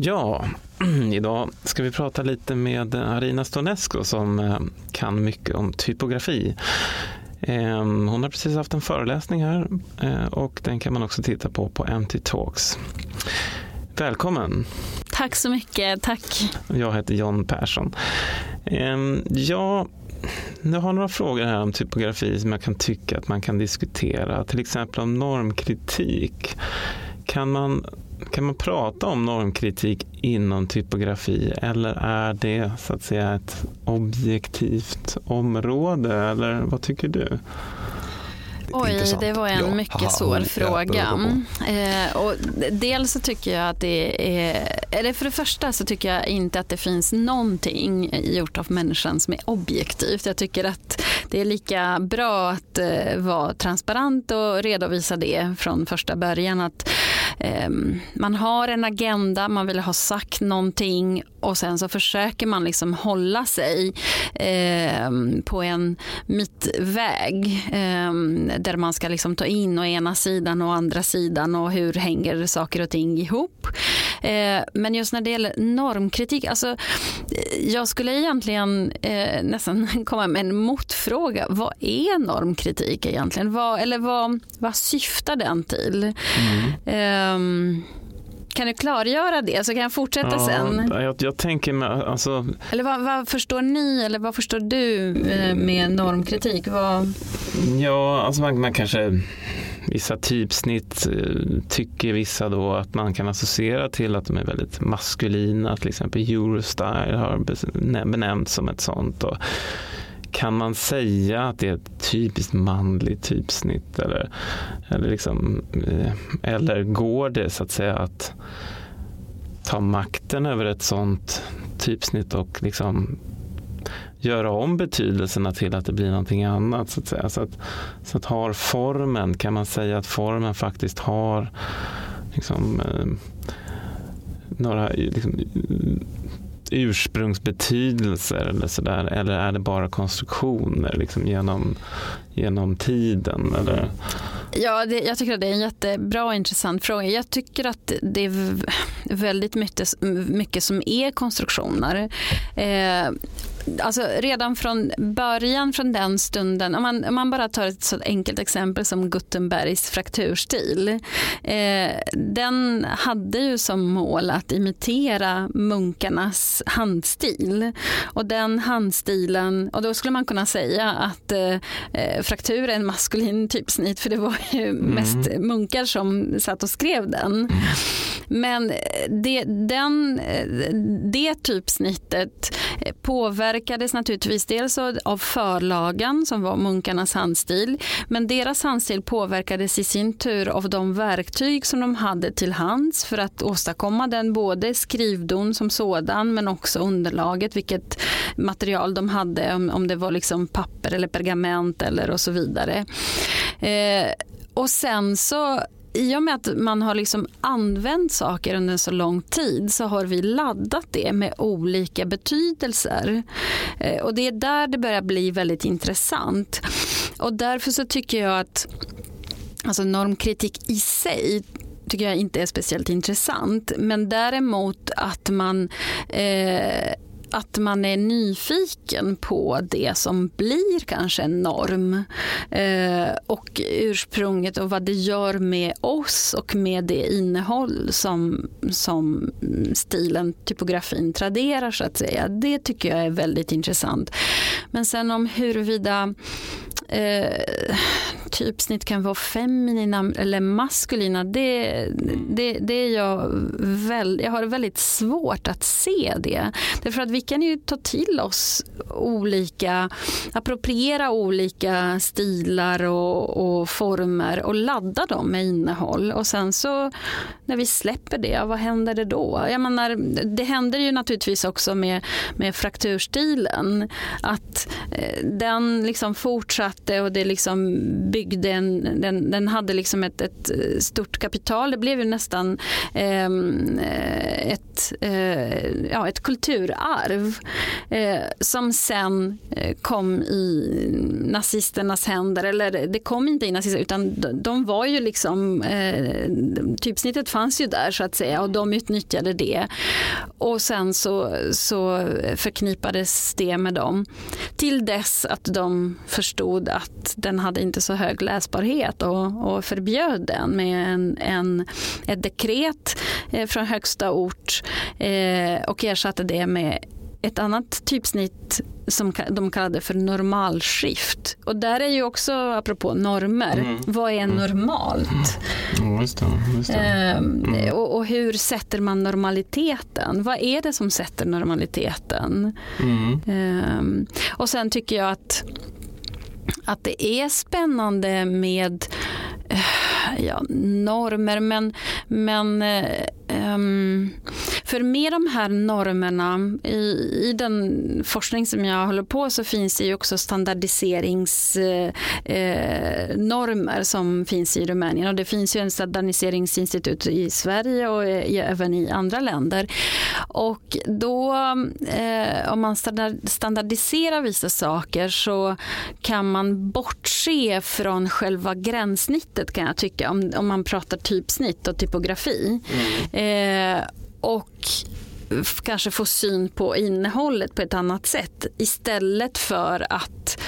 Ja, idag ska vi prata lite med Arina Stonescu som kan mycket om typografi. Hon har precis haft en föreläsning här och den kan man också titta på MT Talks. Välkommen! Tack så mycket, tack. Jag heter John Persson. Jag har några frågor här om typografi som jag kan tycka att man kan diskutera. Till exempel om normkritik. Kan man prata om normkritik inom typografi eller är det så att säga ett objektivt område eller vad tycker du? Oj, det var en mycket svår fråga. Och dels så tycker jag att det är, eller för det första så tycker jag inte att det finns någonting gjort av människan som är objektivt. Jag tycker att det är lika bra att vara transparent och redovisa det från första början, att man har en agenda, man vill ha sagt någonting och sen så försöker man liksom hålla sig på en mittväg där man ska liksom ta in å ena sidan och andra sidan och hur hänger saker och ting ihop. Men just när det gäller normkritik, alltså jag skulle egentligen nästan komma med en motfråga. Vad är normkritik egentligen? Vad syftar den till? Kan du klargöra det så kan jag fortsätta sen? Jag tänker med, alltså... Eller vad förstår ni eller vad förstår du med normkritik? Ja, alltså man kanske... Vissa typsnitt tycker vissa då att man kan associera till att de är väldigt maskulina. Till exempel Eurostyle har benämnts som ett sånt. Och kan man säga att det är ett typiskt manligt typsnitt eller går det så att säga att ta makten över ett sånt typsnitt och liksom göra om betydelserna till att det blir någonting annat så att säga. Så att har formen, kan man säga att formen faktiskt har liksom några liksom ursprungsbetydelser eller sådär, eller är det bara konstruktioner liksom genom tiden eller? Ja, jag tycker att det är en jättebra och intressant fråga. Jag tycker att det är väldigt mycket som är konstruktioner. Alltså redan från början, från den stunden, om man bara tar ett så enkelt exempel som Gutenbergs frakturstil. Den hade ju som mål att imitera munkarnas handstil. Och den handstilen, och då skulle man kunna säga att fraktur är en maskulin typsnitt, för det var ju mest munkar som satt och skrev den. Men det typsnittet påverkades naturligtvis dels av förlagan som var munkarnas handstil, men deras handstil påverkades i sin tur av de verktyg som de hade till hands för att åstadkomma den, både skrivdon som sådan men också underlaget, vilket material de hade, om det var liksom papper eller pergament eller och så vidare. Och sen så i och med att man har liksom använt saker under så lång tid så har vi laddat det med olika betydelser. Och det är där det börjar bli väldigt intressant. Och därför så tycker jag att alltså normkritik i sig tycker jag inte är speciellt intressant. Men däremot att man är nyfiken på det som blir kanske en norm och ursprunget och vad det gör med oss och med det innehåll som stilen, typografin traderar så att säga. Det tycker jag är väldigt intressant. Men sen om huruvida typsnitt kan vara feminina eller maskulina, det är jag har väldigt svårt att se det. Därför att vi kan ju ta till oss appropriera olika stilar och former och ladda dem med innehåll. Och sen så när vi släpper det, vad händer det då? Jag menar, det händer ju naturligtvis också med frakturstilen, att den liksom fortsatte fortsatte och det liksom byggde den hade liksom ett stort kapital. Det blev ju nästan ett kulturarv som sen kom i nazisternas händer, eller det kom inte i nazisterna utan de var ju liksom typsnittet fanns ju där så att säga och de utnyttjade det och sen så förknippades det med dem till dess att de förstod att den hade inte så hög läsbarhet och förbjöd den med ett dekret från högsta ort och ersatte det med ett annat typsnitt som de kallade för normalskrift. Och där är ju också, apropå normer, vad är normalt? Just det. Och hur sätter man normaliteten? Vad är det som sätter normaliteten? Och sen tycker jag att det är spännande med normer, men för med de här normerna i den forskning som jag håller på så finns det ju också standardiseringsnormer som finns i Rumänien och det finns ju en standardiseringsinstitut i Sverige och även i andra länder och då om man standardiserar vissa saker så kan man bortse från själva gränssnittet kan jag tycka om man pratar typsnitt och typografi och kanske få syn på innehållet på ett annat sätt istället för att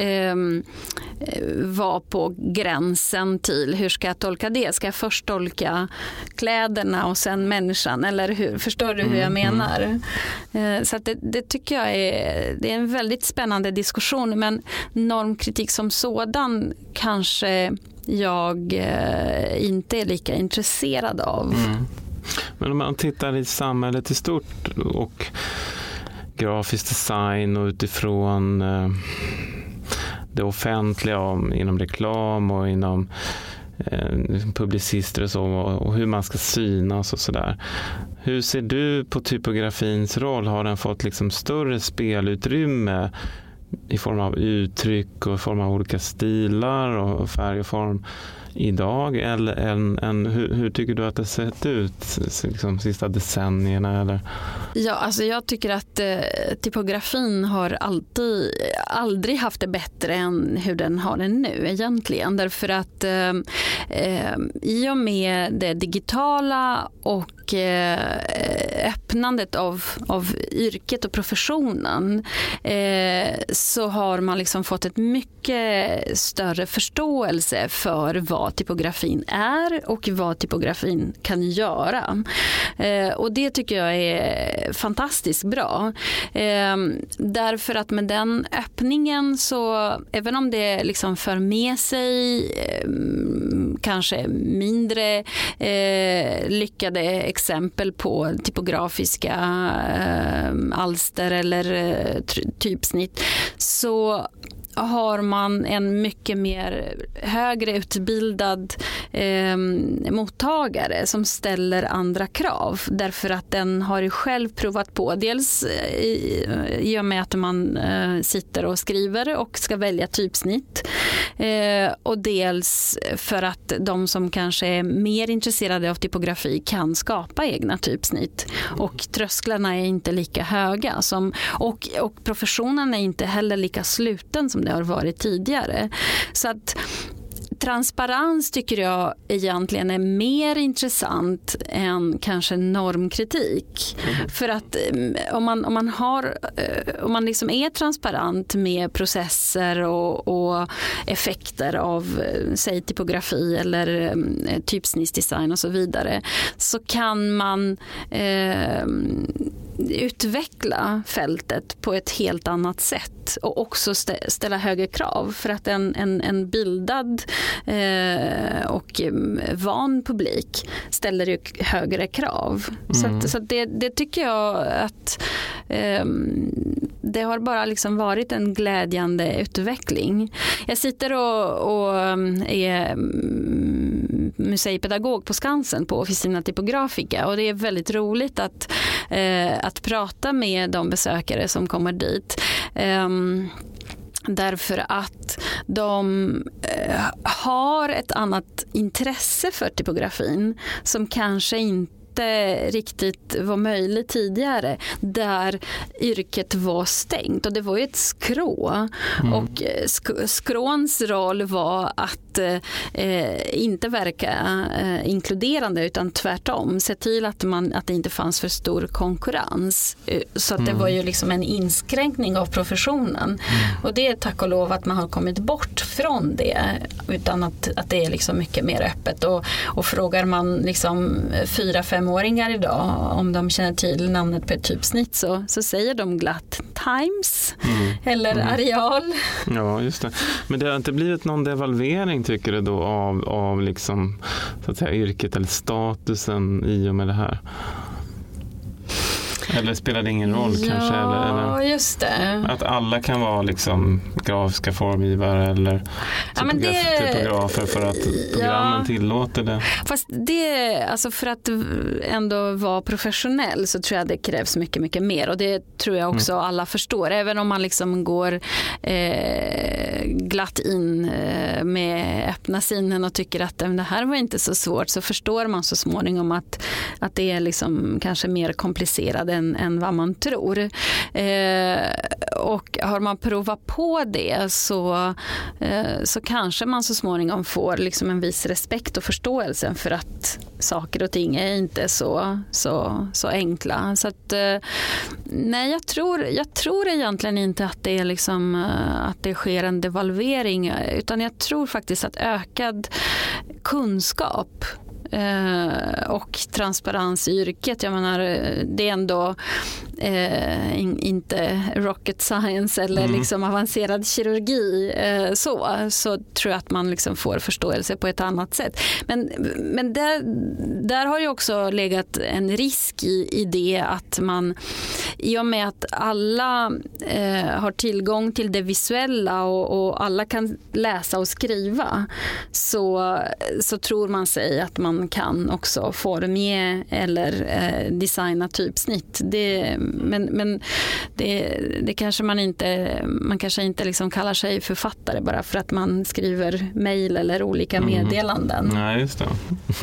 vara på gränsen till hur ska jag tolka det? Ska jag först tolka kläderna och sen människan? Eller hur? Förstår du hur jag menar? Så att det tycker jag det är en väldigt spännande diskussion men normkritik som sådan kanske jag inte är lika intresserad av. Men om man tittar i samhället i stort och grafisk design och utifrån det offentliga inom reklam och inom publicister och så och hur man ska synas och sådär. Hur ser du på typografins roll? Har den fått liksom större spelutrymme i form av uttryck och i form av olika stilar och färg och form idag eller hur tycker du att det sett ut liksom sista decennierna eller? Ja, alltså jag tycker att typografin har aldrig haft det bättre än hur den har det nu egentligen därför att i och med det digitala och öppnandet av yrket och professionen så har man liksom fått ett mycket större förståelse för vad typografin är och vad typografin kan göra. Och det tycker jag är fantastiskt bra. Därför att med den öppningen så även om det liksom för med sig kanske mindre lyckade exempel på typografiska alster eller typsnitt så har man en mycket mer högre utbildad mottagare som ställer andra krav därför att den har ju själv provat på dels i och med att man sitter och skriver och ska välja typsnitt och dels för att de som kanske är mer intresserade av typografi kan skapa egna typsnitt och trösklarna är inte lika höga och professionen är inte heller lika sluten som det har varit tidigare. Så att transparens tycker jag egentligen är mer intressant än kanske normkritik. För att om man liksom är transparent med processer och effekter av säg typografi eller typsnittsdesign och så vidare så kan man utveckla fältet på ett helt annat sätt och också ställa högre krav för att en bildad och van publik ställer ju högre krav. Så det tycker jag att det har bara liksom varit en glädjande utveckling. Jag sitter och är museipedagog på Skansen på Officina Typografica och det är väldigt roligt att prata med de besökare som kommer dit. Därför att de har ett annat intresse för typografin som kanske inte riktigt var möjligt tidigare, där yrket var stängt och det var ju ett skrå och skråns roll var att inte verka inkluderande utan tvärtom se till att det inte fanns för stor konkurrens, så att det var ju liksom en inskränkning av professionen och det är tack och lov att man har kommit bort från det, utan att det är liksom mycket mer öppet och frågar man liksom 4-5-åringar idag om de känner till namnet på ett typsnitt så säger de glatt Times eller Arial. Ja, just det. Men det har inte blivit någon devalvering tycker du då av liksom, så att säga, yrket eller statusen i och med det här? Eller spelar det ingen roll kanske? Eller just det. Att alla kan vara liksom grafiska formgivare eller typografer för att programmen tillåter det. Fast det, alltså för att ändå vara professionell så tror jag det krävs mycket, mycket mer. Och det tror jag också alla förstår. Även om man liksom går glatt in med öppna sinnen och tycker att det här var inte så svårt, så förstår man så småningom att det är liksom kanske mer komplicerat än vad man tror. Och har man provat på det så kanske man så småningom får liksom en viss respekt och förståelse för att saker och ting är inte så enkla. Så att nej, jag tror egentligen inte att det är liksom att det sker en devalvering, utan jag tror faktiskt att ökad kunskap och transparens i yrket, jag menar det är ändå inte rocket science eller liksom avancerad kirurgi, så tror jag att man liksom får förståelse på ett annat sätt. Men där har ju också legat en risk i det att man, i och med att alla har tillgång till det visuella och alla kan läsa och skriva, så tror man sig att man kan också formge eller designa typsnitt. Men det kanske man kanske inte liksom kallar sig författare bara för att man skriver mejl eller olika meddelanden. Nej, just det.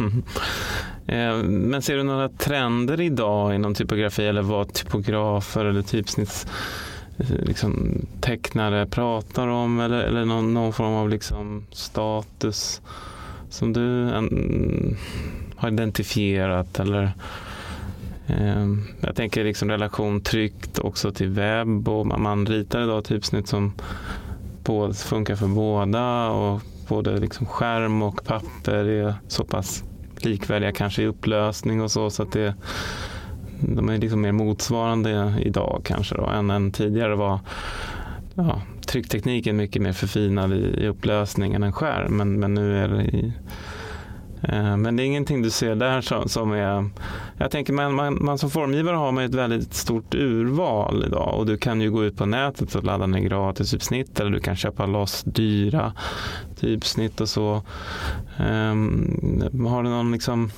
Men ser du några trender idag inom typografi, eller vad typografer eller typsnitts liksom tecknare pratar om, eller någon form av liksom status som du har identifierat, eller jag tänker liksom relation tryckt också till webb, och man ritar idag typsnitt som funkar för båda, och både liksom skärm och papper är så pass likvärdiga kanske i upplösning och så att de är liksom mer motsvarande idag kanske då, än tidigare var trycktekniken mycket mer förfinad i upplösning än en skärm, men nu är det men det är ingenting du ser där som är, jag tänker man som formgivare har man ett väldigt stort urval idag, och du kan ju gå ut på nätet och ladda ner gratis typsnitt, eller du kan köpa loss dyra typsnitt och så. Har du någon liksom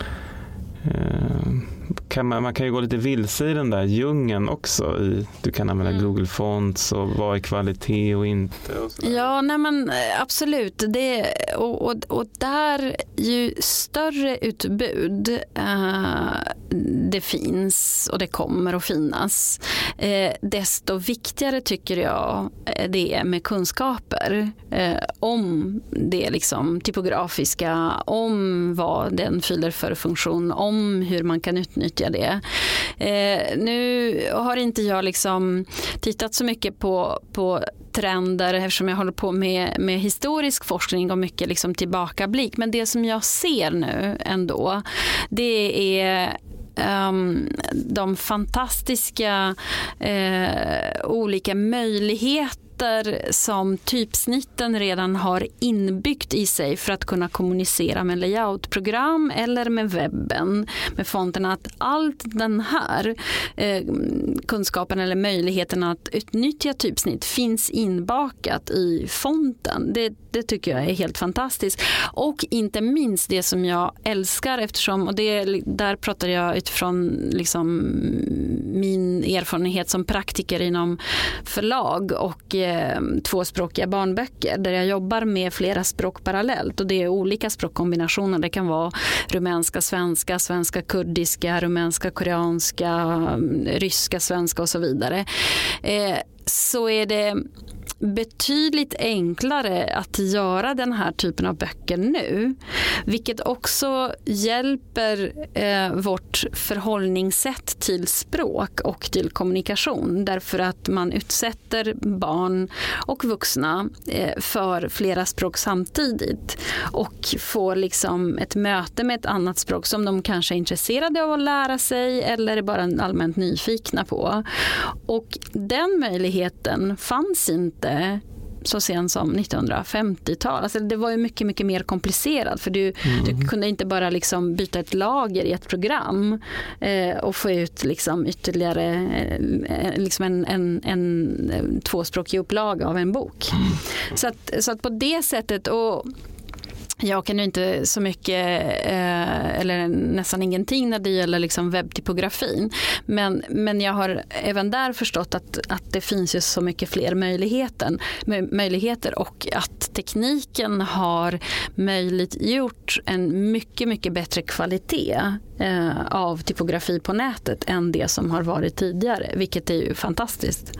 man kan ju gå lite vilse i den där djungeln också. Du kan använda Google Fonts och vad är kvalitet och inte. Och ja, nej men absolut. Och där ju större utbud det finns och det kommer att finnas, desto viktigare tycker jag det är med kunskaper om det liksom typografiska, om vad den fyller för funktion, om hur man kan utnyttja det. Nu har inte jag liksom tittat så mycket på trender eftersom jag håller på med historisk forskning och mycket liksom tillbakablick, men det som jag ser nu ändå, det är de fantastiska olika möjligheter som typsnitten redan har inbyggt i sig för att kunna kommunicera med layoutprogram eller med webben, med fonterna, att allt den här kunskapen eller möjligheten att utnyttja typsnitt finns inbakat i fonten. Det tycker jag är helt fantastiskt. Och inte minst det som jag älskar, eftersom, och där pratar jag utifrån liksom min erfarenhet som praktiker inom förlag och tvåspråkiga barnböcker där jag jobbar med flera språk parallellt, och det är olika språkkombinationer. Det kan vara rumänska, svenska, svenska, kurdiska, rumänska, koreanska, ryska, svenska och så vidare. Så är det betydligt enklare att göra den här typen av böcker nu, vilket också hjälper vårt förhållningssätt till språk och till kommunikation, därför att man utsätter barn och vuxna för flera språk samtidigt och får liksom ett möte med ett annat språk som de kanske är intresserade av att lära sig eller bara allmänt nyfikna på. Och den möjligheten fanns inte så sent som 1950-tal. Alltså det var ju mycket, mycket mer komplicerat, för du kunde inte bara liksom byta ett lager i ett program och få ut liksom ytterligare liksom en tvåspråkig upplaga av en bok. Så att på det sättet, och jag kan ju inte så mycket eller nästan ingenting när det gäller liksom webbtypografin, men jag har även där förstått att det finns ju så mycket fler möjligheter och att tekniken har möjliggjort en mycket, mycket bättre kvalitet av typografi på nätet än det som har varit tidigare, vilket är ju fantastiskt.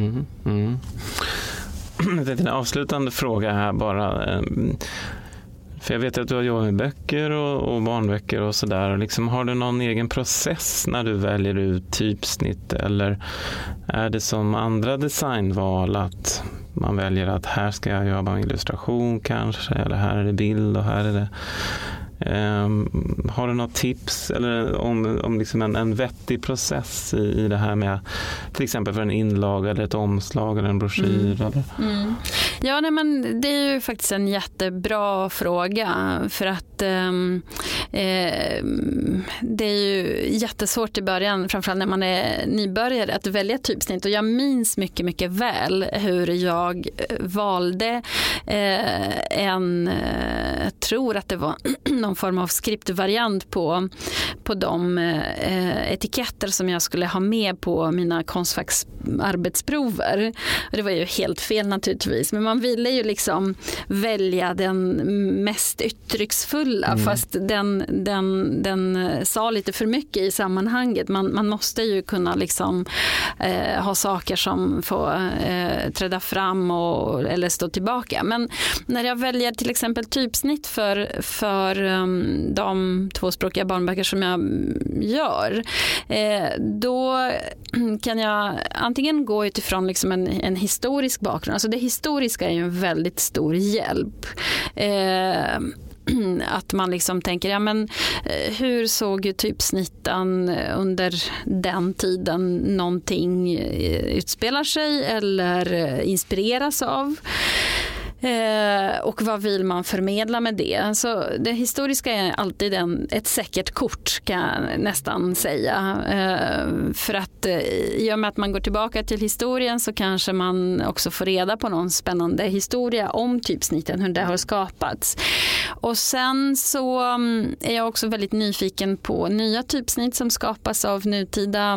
Det är en avslutande fråga här bara. För jag vet att du har jobbat med böcker och barnböcker och sådär. Liksom, har du någon egen process när du väljer ut typsnitt, eller är det som andra designval att man väljer att här ska jag jobba med illustration kanske, eller här är det bild och här är det... Har du något tips eller om liksom en vettig process i det här med till exempel för en inlag eller ett omslag eller en broschyr? Eller? Ja, nej, men det är ju faktiskt en jättebra fråga, för att det är ju jättesvårt i början, framförallt när man är nybörjare, att välja typsnitt. Och jag minns mycket, mycket väl hur jag valde jag tror att det var någon form av skriptvariant på de etiketter som jag skulle ha med på mina Konstfacks arbetsprover. Och det var ju helt fel naturligtvis, men man ville ju liksom välja den mest uttrycksfulla, fast den sa lite för mycket i sammanhanget. Man måste ju kunna liksom ha saker som får träda fram eller stå tillbaka. Men när jag väljer till exempel typsnitt för de tvåspråkiga barnböcker som jag gör, då kan jag antingen gå utifrån liksom en historisk bakgrund. Alltså det historiska är ju en väldigt stor hjälp. Att man liksom tänker, ja men hur såg ju typsnitten under den tiden någonting utspelar sig eller inspireras av? Och vad vill man förmedla med det? Så det historiska är alltid ett säkert kort, kan jag nästan säga. För att i och med att man går tillbaka till historien så kanske man också får reda på någon spännande historia om typsnitten, hur det har skapats. Och sen så är jag också väldigt nyfiken på nya typsnitt som skapas av nutida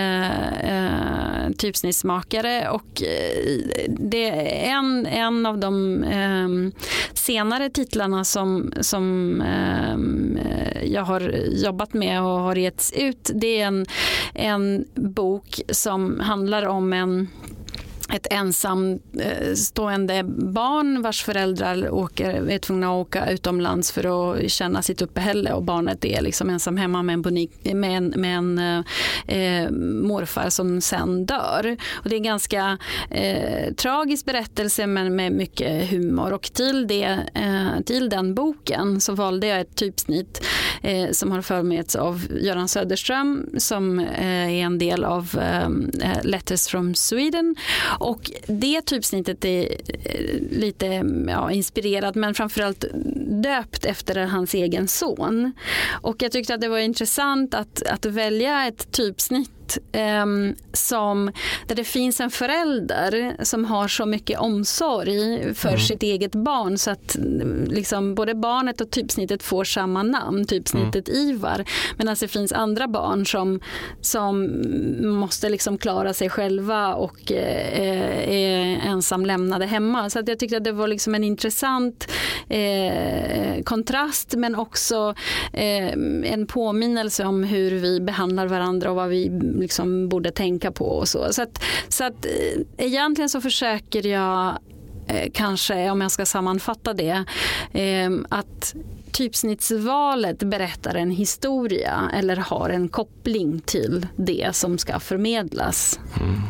typsnittsmakare, och det är en av de senare titlarna som jag har jobbat med och har getts ut. Det är en bok som handlar om ett ensamstående barn vars föräldrar är tvungna att åka utomlands för att tjäna sitt uppehälle, och barnet är liksom ensam hemma med en morfar som sen dör. Och det är en ganska tragisk berättelse, men med mycket humor. Och till den boken så valde jag ett typsnitt som har förmedlats av Göran Söderström, som är en del av Letters from Sweden. Och det typsnittet är lite inspirerat, men framförallt döpt efter hans egen son. Och jag tyckte att det var intressant att välja ett typsnitt barnet där det finns en förälder som har så mycket omsorg för sitt eget barn så att liksom både barnet och typsnittet får samma namn, typsnittet Ivar, medan det finns andra barn som måste liksom klara sig själva och är ensam lämnade hemma. Så att jag tyckte att det var liksom en intressant kontrast, men också en påminnelse om hur vi behandlar varandra och vad vi liksom borde tänka på och så. Så att egentligen så försöker jag kanske, om jag ska sammanfatta det, att typsnittsvalet berättar en historia eller har en koppling till det som ska förmedlas.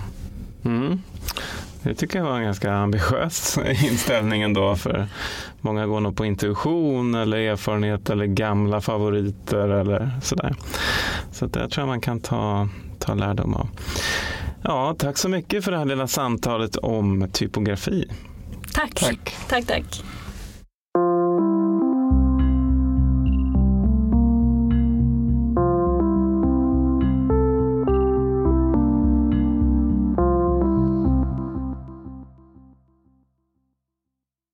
Det tycker jag var en ganska ambitiös inställning ändå, för många går nog på intuition eller erfarenhet eller gamla favoriter eller sådär. Så det tror jag man kan ta lärdom av. Ja, tack så mycket för det här lilla samtalet om typografi. Tack.